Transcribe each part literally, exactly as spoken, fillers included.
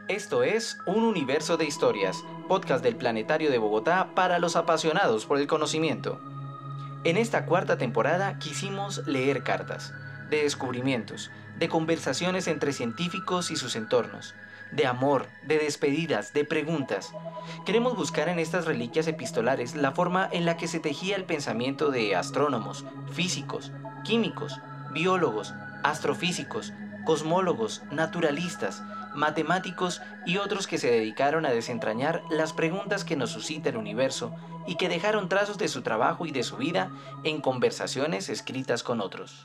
Esto es Un Universo de Historias, podcast del Planetario de Bogotá para los apasionados por el conocimiento. En esta cuarta temporada quisimos leer cartas, de descubrimientos, de conversaciones entre científicos y sus entornos, de amor, de despedidas, de preguntas. Queremos buscar en estas reliquias epistolares la forma en la que se tejía el pensamiento de astrónomos, físicos, químicos, biólogos, astrofísicos, cosmólogos, naturalistas, matemáticos y otros que se dedicaron a desentrañar las preguntas que nos suscita el universo y que dejaron trazos de su trabajo y de su vida en conversaciones escritas con otros.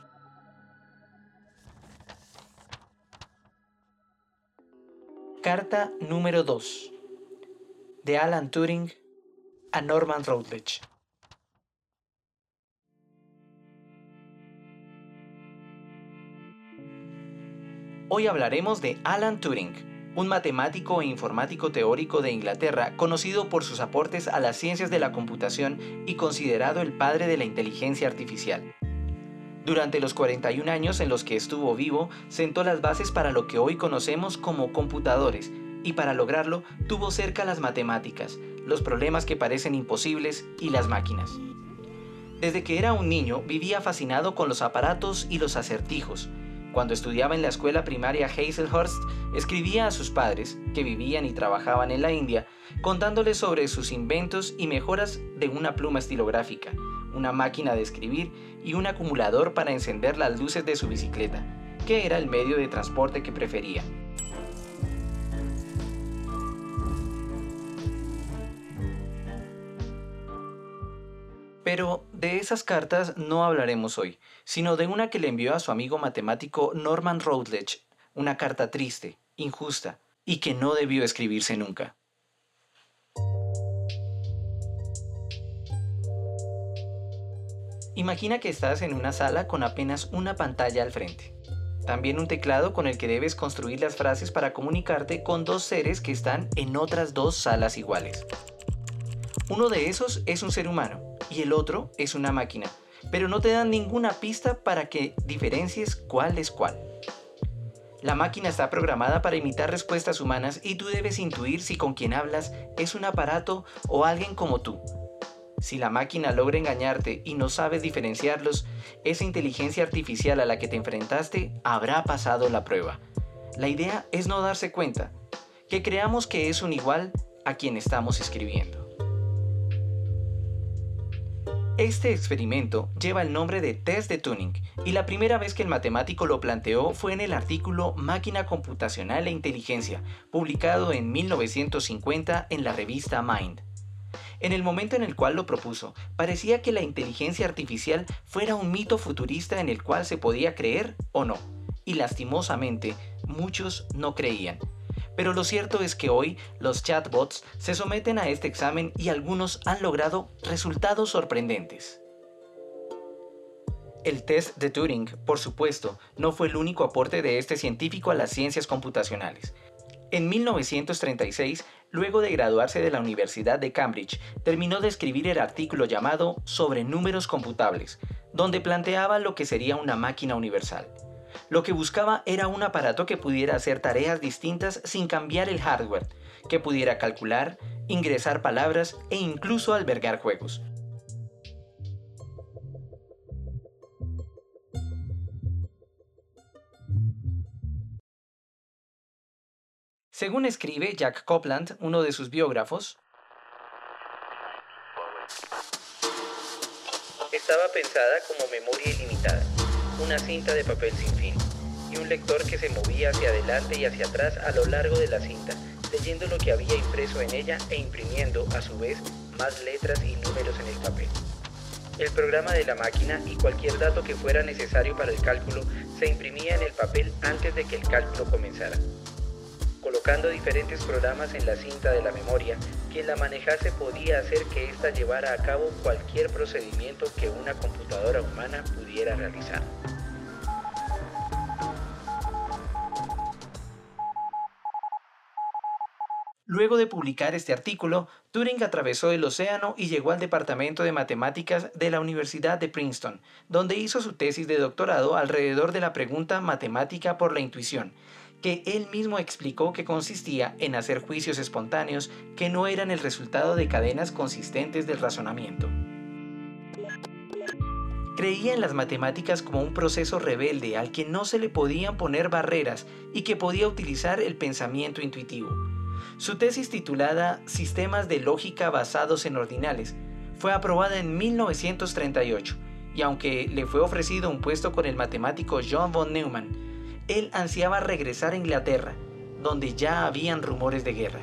Carta número dos. De Alan Turing a Norman Routledge. Hoy hablaremos de Alan Turing, un matemático e informático teórico de Inglaterra conocido por sus aportes a las ciencias de la computación y considerado el padre de la inteligencia artificial. Durante los cuarenta y un años en los que estuvo vivo, sentó las bases para lo que hoy conocemos como computadores, y para lograrlo tuvo cerca las matemáticas, los problemas que parecen imposibles y las máquinas. Desde que era un niño vivía fascinado con los aparatos y los acertijos. Cuando estudiaba en la escuela primaria Hazelhurst, escribía a sus padres, que vivían y trabajaban en la India, contándoles sobre sus inventos y mejoras de una pluma estilográfica, una máquina de escribir y un acumulador para encender las luces de su bicicleta, que era el medio de transporte que prefería. Pero de esas cartas no hablaremos hoy, sino de una que le envió a su amigo matemático Norman Routledge, una carta triste, injusta, y que no debió escribirse nunca. Imagina que estás en una sala con apenas una pantalla al frente. También un teclado con el que debes construir las frases para comunicarte con dos seres que están en otras dos salas iguales. Uno de esos es un ser humano y el otro es una máquina, pero no te dan ninguna pista para que diferencies cuál es cuál. La máquina está programada para imitar respuestas humanas y tú debes intuir si con quien hablas es un aparato o alguien como tú. Si la máquina logra engañarte y no sabes diferenciarlos, esa inteligencia artificial a la que te enfrentaste habrá pasado la prueba. La idea es no darse cuenta, que creamos que es un igual a quien estamos escribiendo. Este experimento lleva el nombre de test de Turing y la primera vez que el matemático lo planteó fue en el artículo Máquina computacional e inteligencia, publicado en mil novecientos cincuenta en la revista Mind. En el momento en el cual lo propuso, parecía que la inteligencia artificial fuera un mito futurista en el cual se podía creer o no, y lastimosamente muchos no creían. Pero lo cierto es que hoy los chatbots se someten a este examen y algunos han logrado resultados sorprendentes. El test de Turing, por supuesto, no fue el único aporte de este científico a las ciencias computacionales. En mil novecientos treinta y seis, luego de graduarse de la Universidad de Cambridge, terminó de escribir el artículo llamado Sobre números computables, donde planteaba lo que sería una máquina universal. Lo que buscaba era un aparato que pudiera hacer tareas distintas sin cambiar el hardware, que pudiera calcular, ingresar palabras e incluso albergar juegos. Según escribe Jack Copeland, uno de sus biógrafos, estaba pensada como memoria ilimitada, una cinta de papel sin fin, y un lector que se movía hacia adelante y hacia atrás a lo largo de la cinta, leyendo lo que había impreso en ella e imprimiendo, a su vez, más letras y números en el papel. El programa de la máquina y cualquier dato que fuera necesario para el cálculo se imprimía en el papel antes de que el cálculo comenzara. Colocando diferentes programas en la cinta de la memoria, quien la manejase podía hacer que ésta llevara a cabo cualquier procedimiento que una computadora humana pudiera realizar. Luego de publicar este artículo, Turing atravesó el océano y llegó al departamento de matemáticas de la Universidad de Princeton, donde hizo su tesis de doctorado alrededor de la pregunta matemática por la intuición, que él mismo explicó que consistía en hacer juicios espontáneos que no eran el resultado de cadenas consistentes del razonamiento. Creía en las matemáticas como un proceso rebelde al que no se le podían poner barreras y que podía utilizar el pensamiento intuitivo. Su tesis titulada Sistemas de lógica basados en ordinales fue aprobada en mil novecientos treinta y ocho, y aunque le fue ofrecido un puesto con el matemático John von Neumann, él ansiaba regresar a Inglaterra, donde ya habían rumores de guerra.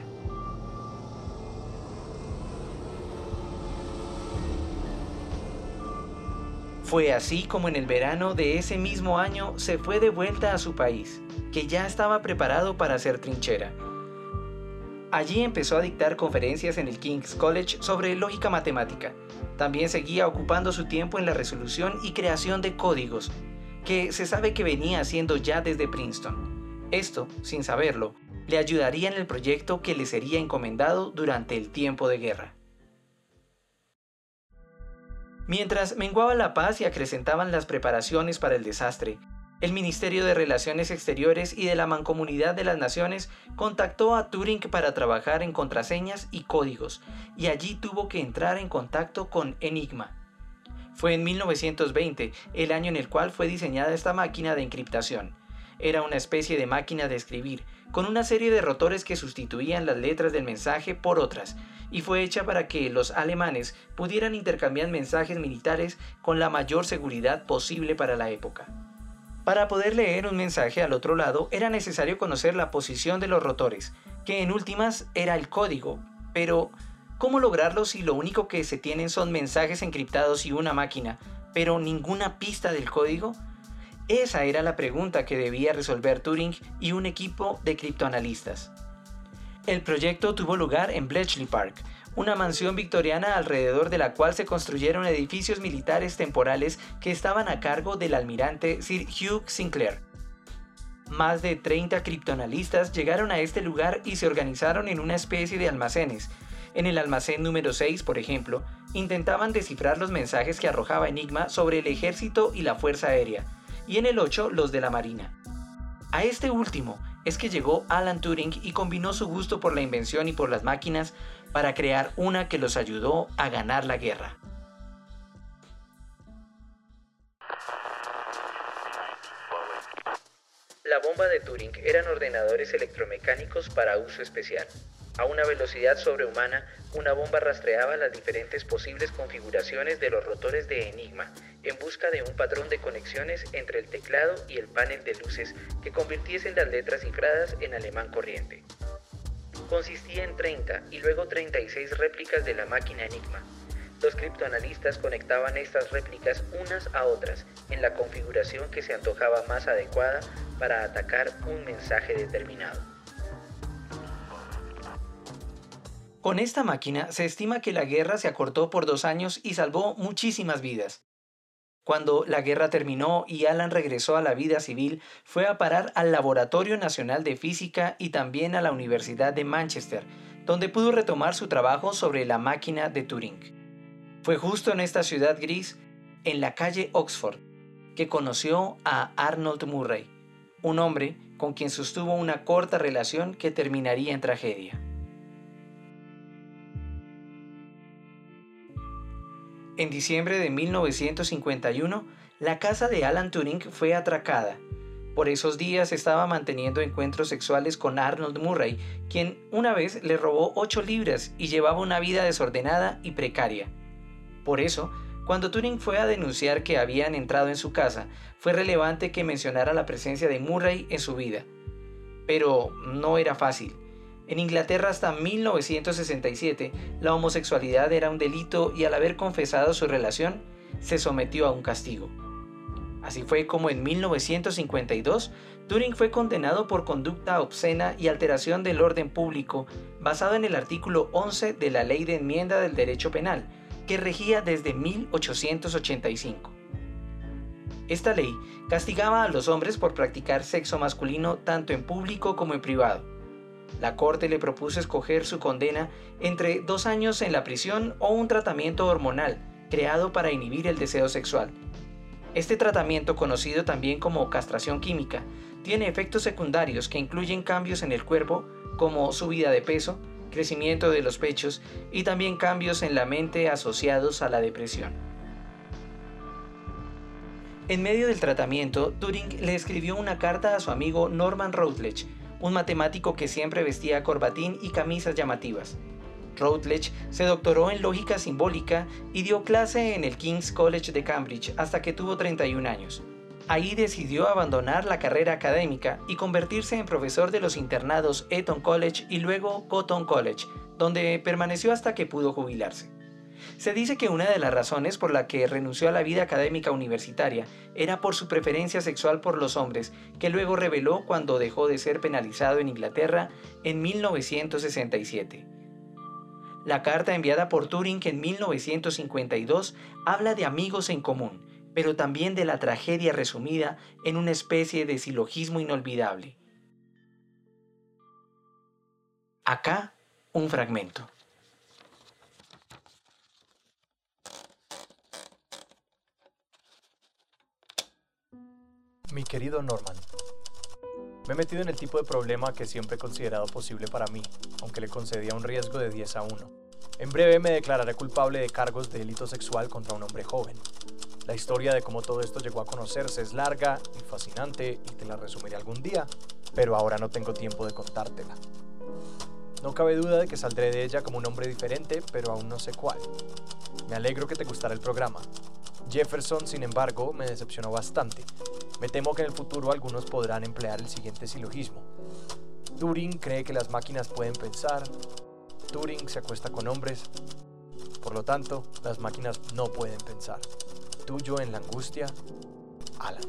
Fue así como en el verano de ese mismo año se fue de vuelta a su país, que ya estaba preparado para hacer trinchera. Allí empezó a dictar conferencias en el King's College sobre lógica matemática. También seguía ocupando su tiempo en la resolución y creación de códigos, que se sabe que venía haciendo ya desde Princeton. Esto, sin saberlo, le ayudaría en el proyecto que le sería encomendado durante el tiempo de guerra. Mientras menguaba la paz y acrecentaban las preparaciones para el desastre, el Ministerio de Relaciones Exteriores y de la Mancomunidad de las Naciones contactó a Turing para trabajar en contraseñas y códigos, y allí tuvo que entrar en contacto con Enigma. Fue en mil novecientos veinte, el año en el cual fue diseñada esta máquina de encriptación. Era una especie de máquina de escribir, con una serie de rotores que sustituían las letras del mensaje por otras, y fue hecha para que los alemanes pudieran intercambiar mensajes militares con la mayor seguridad posible para la época. Para poder leer un mensaje al otro lado era necesario conocer la posición de los rotores, que en últimas era el código, pero ¿cómo lograrlo si lo único que se tienen son mensajes encriptados y una máquina, pero ninguna pista del código? Esa era la pregunta que debía resolver Turing y un equipo de criptoanalistas. El proyecto tuvo lugar en Bletchley Park, una mansión victoriana alrededor de la cual se construyeron edificios militares temporales que estaban a cargo del almirante Sir Hugh Sinclair. Más de treinta criptoanalistas llegaron a este lugar y se organizaron en una especie de almacenes. En el almacén número seis, por ejemplo, intentaban descifrar los mensajes que arrojaba Enigma sobre el ejército y la fuerza aérea, y en el ocho los de la marina. A este último es que llegó Alan Turing y combinó su gusto por la invención y por las máquinas para crear una que los ayudó a ganar la guerra. La bomba de Turing eran ordenadores electromecánicos para uso especial. A una velocidad sobrehumana, una bomba rastreaba las diferentes posibles configuraciones de los rotores de Enigma en busca de un patrón de conexiones entre el teclado y el panel de luces que convirtiesen las letras cifradas en alemán corriente. Consistía en treinta y luego treinta y seis réplicas de la máquina Enigma. Los criptoanalistas conectaban estas réplicas unas a otras en la configuración que se antojaba más adecuada para atacar un mensaje determinado. Con esta máquina se estima que la guerra se acortó por dos años y salvó muchísimas vidas. Cuando la guerra terminó y Alan regresó a la vida civil, fue a parar al Laboratorio Nacional de Física y también a la Universidad de Manchester, donde pudo retomar su trabajo sobre la máquina de Turing. Fue justo en esta ciudad gris, en la calle Oxford, que conoció a Arnold Murray, un hombre con quien sostuvo una corta relación que terminaría en tragedia. En diciembre de mil novecientos cincuenta y uno, la casa de Alan Turing fue atracada. Por esos días estaba manteniendo encuentros sexuales con Arnold Murray, quien una vez le robó ocho libras y llevaba una vida desordenada y precaria. Por eso, cuando Turing fue a denunciar que habían entrado en su casa, fue relevante que mencionara la presencia de Murray en su vida. Pero no era fácil. En Inglaterra hasta mil novecientos sesenta y siete, la homosexualidad era un delito y al haber confesado su relación, se sometió a un castigo. Así fue como en mil novecientos cincuenta y dos, Turing fue condenado por conducta obscena y alteración del orden público, basado en el artículo once de la Ley de Enmienda del Derecho Penal, que regía desde mil ochocientos ochenta y cinco. Esta ley castigaba a los hombres por practicar sexo masculino tanto en público como en privado. La corte le propuso escoger su condena entre dos años en la prisión o un tratamiento hormonal creado para inhibir el deseo sexual. Este tratamiento, conocido también como castración química, tiene efectos secundarios que incluyen cambios en el cuerpo, como subida de peso, crecimiento de los pechos y también cambios en la mente asociados a la depresión. En medio del tratamiento, Turing le escribió una carta a su amigo Norman Routledge, un matemático que siempre vestía corbatín y camisas llamativas. Routledge se doctoró en lógica simbólica y dio clase en el King's College de Cambridge hasta que tuvo treinta y un años. Ahí decidió abandonar la carrera académica y convertirse en profesor de los internados Eton College y luego Cotton College, donde permaneció hasta que pudo jubilarse. Se dice que una de las razones por la que renunció a la vida académica universitaria era por su preferencia sexual por los hombres, que luego reveló cuando dejó de ser penalizado en Inglaterra en mil novecientos sesenta y siete. La carta enviada por Turing en mil novecientos cincuenta y dos habla de amigos en común, pero también de la tragedia resumida en una especie de silogismo inolvidable. Acá, un fragmento. Mi querido Norman, me he metido en el tipo de problema que siempre he considerado posible para mí, aunque le concedía un riesgo de diez a uno. En breve me declararé culpable de cargos de delito sexual contra un hombre joven. La historia de cómo todo esto llegó a conocerse es larga y fascinante y te la resumiré algún día, pero ahora no tengo tiempo de contártela. No cabe duda de que saldré de ella como un hombre diferente, pero aún no sé cuál. Me alegro que te gustara el programa. Jefferson, sin embargo, me decepcionó bastante. Me temo que en el futuro algunos podrán emplear el siguiente silogismo. Turing cree que las máquinas pueden pensar. Turing se acuesta con hombres. Por lo tanto, las máquinas no pueden pensar. Tuyo en la angustia, Alan.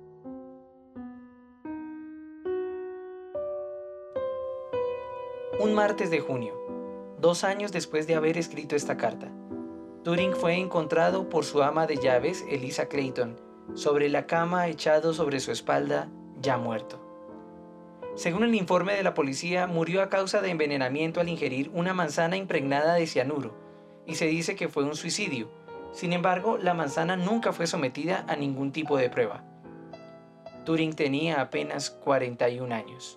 Un martes de junio, dos años después de haber escrito esta carta, Turing fue encontrado por su ama de llaves, Eliza Clayton, sobre la cama echado sobre su espalda, ya muerto. Según el informe de la policía, murió a causa de envenenamiento al ingerir una manzana impregnada de cianuro, y se dice que fue un suicidio. Sin embargo, la manzana nunca fue sometida a ningún tipo de prueba. Turing tenía apenas cuarenta y un años.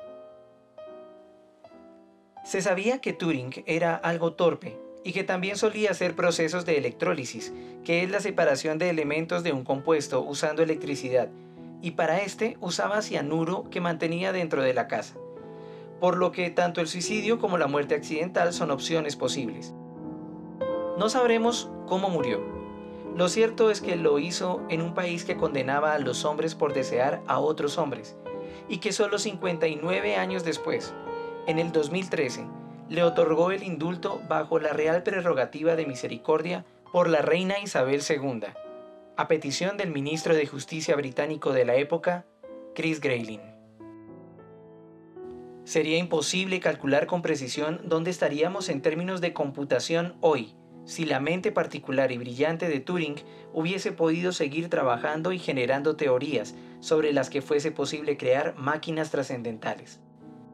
Se sabía que Turing era algo torpe y que también solía hacer procesos de electrólisis, que es la separación de elementos de un compuesto usando electricidad, y para este usaba cianuro que mantenía dentro de la casa, por lo que tanto el suicidio como la muerte accidental son opciones posibles. No sabremos cómo murió. Lo cierto es que lo hizo en un país que condenaba a los hombres por desear a otros hombres, y que solo cincuenta y nueve años después, en el dos mil trece, le otorgó el indulto bajo la Real Prerrogativa de Misericordia por la reina Isabel segunda, a petición del ministro de Justicia británico de la época, Chris Grayling. Sería imposible calcular con precisión dónde estaríamos en términos de computación hoy, si la mente particular y brillante de Turing hubiese podido seguir trabajando y generando teorías sobre las que fuese posible crear máquinas trascendentales.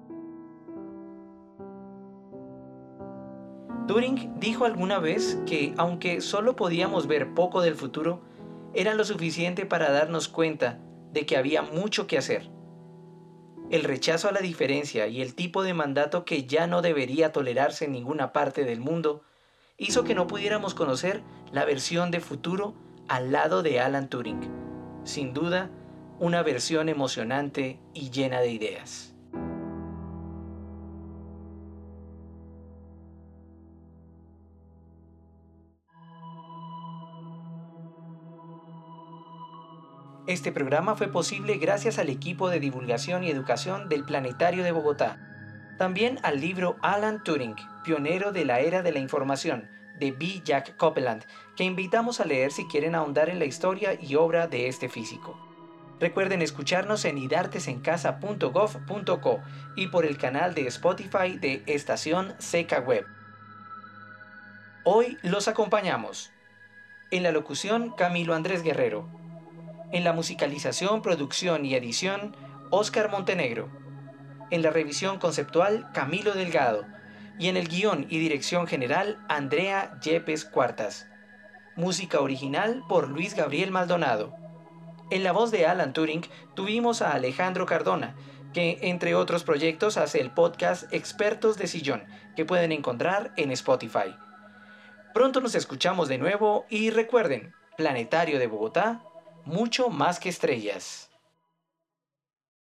Turing dijo alguna vez que, aunque solo podíamos ver poco del futuro, era lo suficiente para darnos cuenta de que había mucho que hacer. El rechazo a la diferencia y el tipo de mandato que ya no debería tolerarse en ninguna parte del mundo hizo que no pudiéramos conocer la versión de futuro al lado de Alan Turing. Sin duda, una versión emocionante y llena de ideas. Este programa fue posible gracias al equipo de divulgación y educación del Planetario de Bogotá. También al libro Alan Turing, pionero de la era de la información, de B. Jack Copeland, que invitamos a leer si quieren ahondar en la historia y obra de este físico. Recuerden escucarnos en idartesencasa punto gov punto co y por el canal de Spotify de Estación Seca Web. Hoy los acompañamos. En la locución, Camilo Andrés Guerrero. En la musicalización, producción y edición, Óscar Montenegro. En la revisión conceptual, Camilo Delgado. Y en el guión y dirección general, Andrea Yepes Cuartas. Música original por Luis Gabriel Maldonado. En la voz de Alan Turing tuvimos a Alejandro Cardona, que entre otros proyectos hace el podcast Expertos de Sillón, que pueden encontrar en Spotify. Pronto nos escuchamos de nuevo y recuerden, Planetario de Bogotá, mucho más que estrellas.